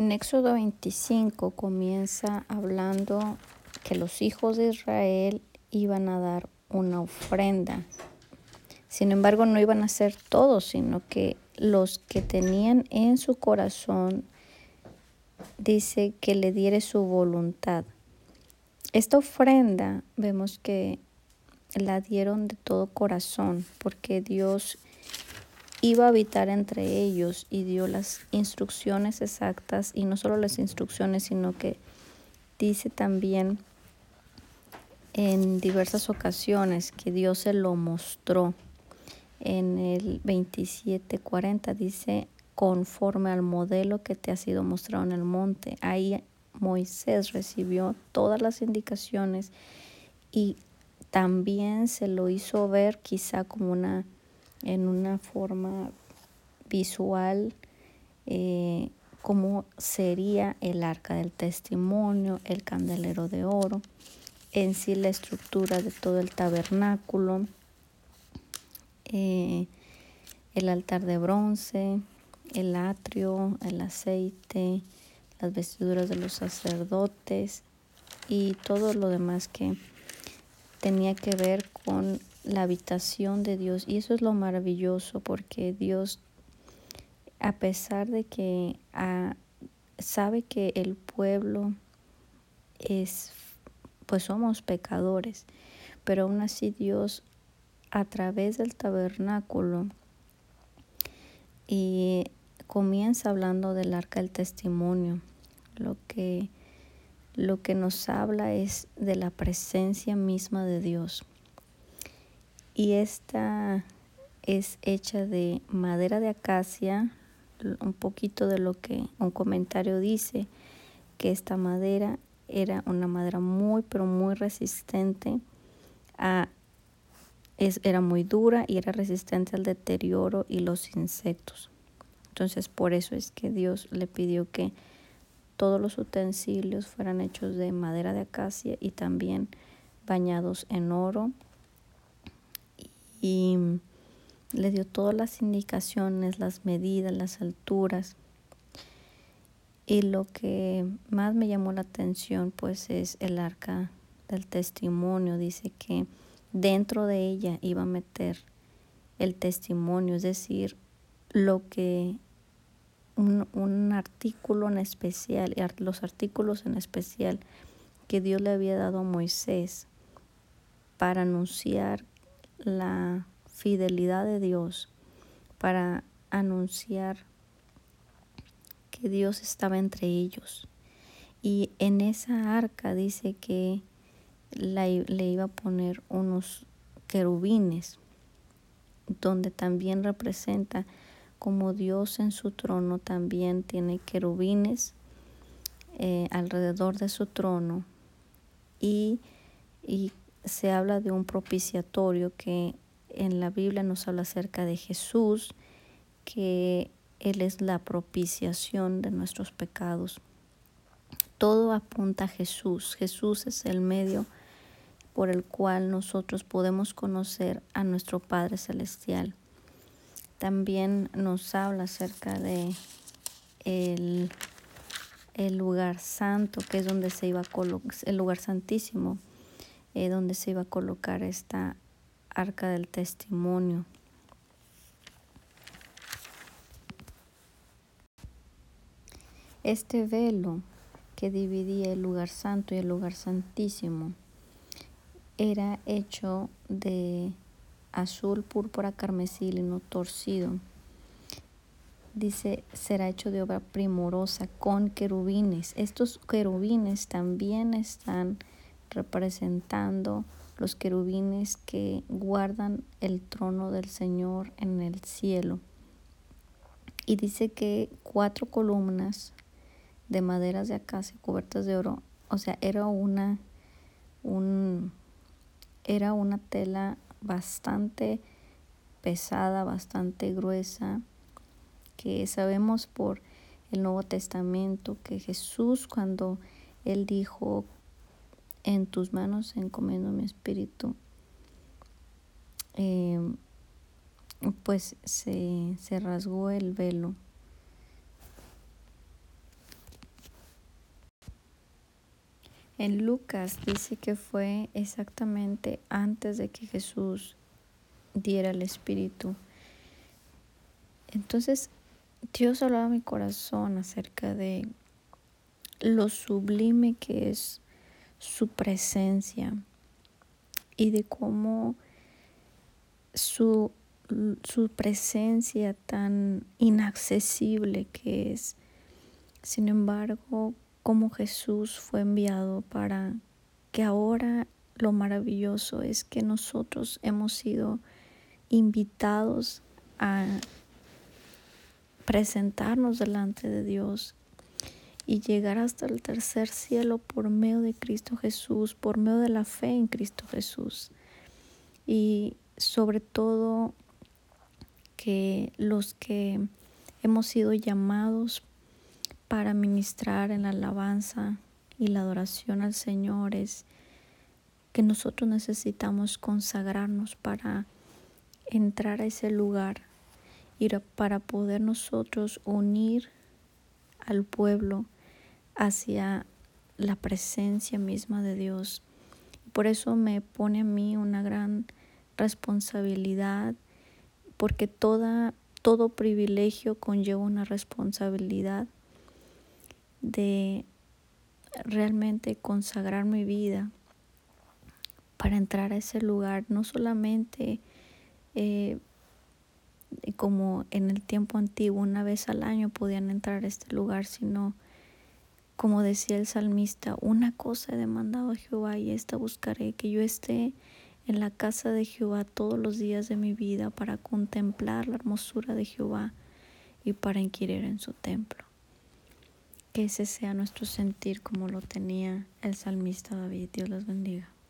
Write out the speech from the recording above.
En Éxodo 25 comienza hablando que los hijos de Israel iban a dar una ofrenda. Sin embargo, no iban a ser todos, sino que los que tenían en su corazón, dice que le diere su voluntad. Esta ofrenda vemos que la dieron de todo corazón, porque Dios iba a habitar entre ellos y dio las instrucciones exactas, y no solo las instrucciones, sino que dice también en diversas ocasiones que Dios se lo mostró. En el 27:40 dice, conforme al modelo que te ha sido mostrado en el monte. Ahí Moisés recibió todas las indicaciones y también se lo hizo ver quizá como en una forma visual, cómo sería el arca del testimonio, el candelero de oro, en sí la estructura de todo el tabernáculo, el altar de bronce, el atrio, el aceite, las vestiduras de los sacerdotes y todo lo demás que tenía que ver con la habitación de Dios. Y eso es lo maravilloso, porque Dios, a pesar de que sabe que el pueblo pues somos pecadores, pero aún así Dios, a través del tabernáculo, y comienza hablando del arca del testimonio. Lo que nos habla es de la presencia misma de Dios. Y esta es hecha de madera de acacia. Un poquito de lo que un comentario dice, que esta madera era una madera muy, pero muy resistente. Era muy dura y era resistente al deterioro y los insectos. Entonces, por eso es que Dios le pidió que todos los utensilios fueran hechos de madera de acacia y también bañados en oro. Y le dio todas las indicaciones, las medidas, las alturas. Y lo que más me llamó la atención, pues, es el arca del testimonio. Dice que dentro de ella iba a meter el testimonio, es decir, lo que un artículo en especial, los artículos en especial que Dios le había dado a Moisés para anunciar la fidelidad de Dios, para anunciar que Dios estaba entre ellos. Y en esa arca dice que le iba a poner unos querubines, donde también representa como Dios en su trono también tiene querubines alrededor de su trono. Y se habla de un propiciatorio, que en la Biblia nos habla acerca de Jesús, que Él es la propiciación de nuestros pecados. Todo apunta a Jesús. Jesús es el medio por el cual nosotros podemos conocer a nuestro Padre Celestial. También nos habla acerca de el lugar santo, que es donde se iba a colocar, el lugar santísimo, donde se iba a colocar esta arca del testimonio. Este velo que dividía el lugar santo y el lugar santísimo era hecho de azul, púrpura, carmesí, lino torcido. Dice, será hecho de obra primorosa con querubines. Estos querubines también están representando los querubines que guardan el trono del Señor en el cielo. Y dice que 4 columnas de maderas de acacia cubiertas de oro. O sea, era una tela bastante pesada, bastante gruesa, que sabemos por el Nuevo Testamento que Jesús, cuando Él dijo, en tus manos encomiendo mi espíritu, pues se rasgó el velo. En Lucas dice que fue exactamente antes de que Jesús diera el Espíritu. Entonces, Dios hablaba a mi corazón acerca de lo sublime que es su presencia y de cómo su presencia tan inaccesible que es. Sin embargo, como Jesús fue enviado para que ahora lo maravilloso es que nosotros hemos sido invitados a presentarnos delante de Dios y llegar hasta el tercer cielo por medio de Cristo Jesús, por medio de la fe en Cristo Jesús. Y sobre todo que los que hemos sido llamados para ministrar en la alabanza y la adoración al Señor es que nosotros necesitamos consagrarnos para entrar a ese lugar y para poder nosotros unir al pueblo hacia la presencia misma de Dios. Por eso me pone a mí una gran responsabilidad, porque todo privilegio conlleva una responsabilidad de realmente consagrar mi vida para entrar a ese lugar, no solamente como en el tiempo antiguo, una vez al año podían entrar a este lugar, sino como decía el salmista, una cosa he demandado a Jehová y esta buscaré, que yo esté en la casa de Jehová todos los días de mi vida para contemplar la hermosura de Jehová y para inquirir en su templo. Que ese sea nuestro sentir como lo tenía el salmista David. Dios los bendiga.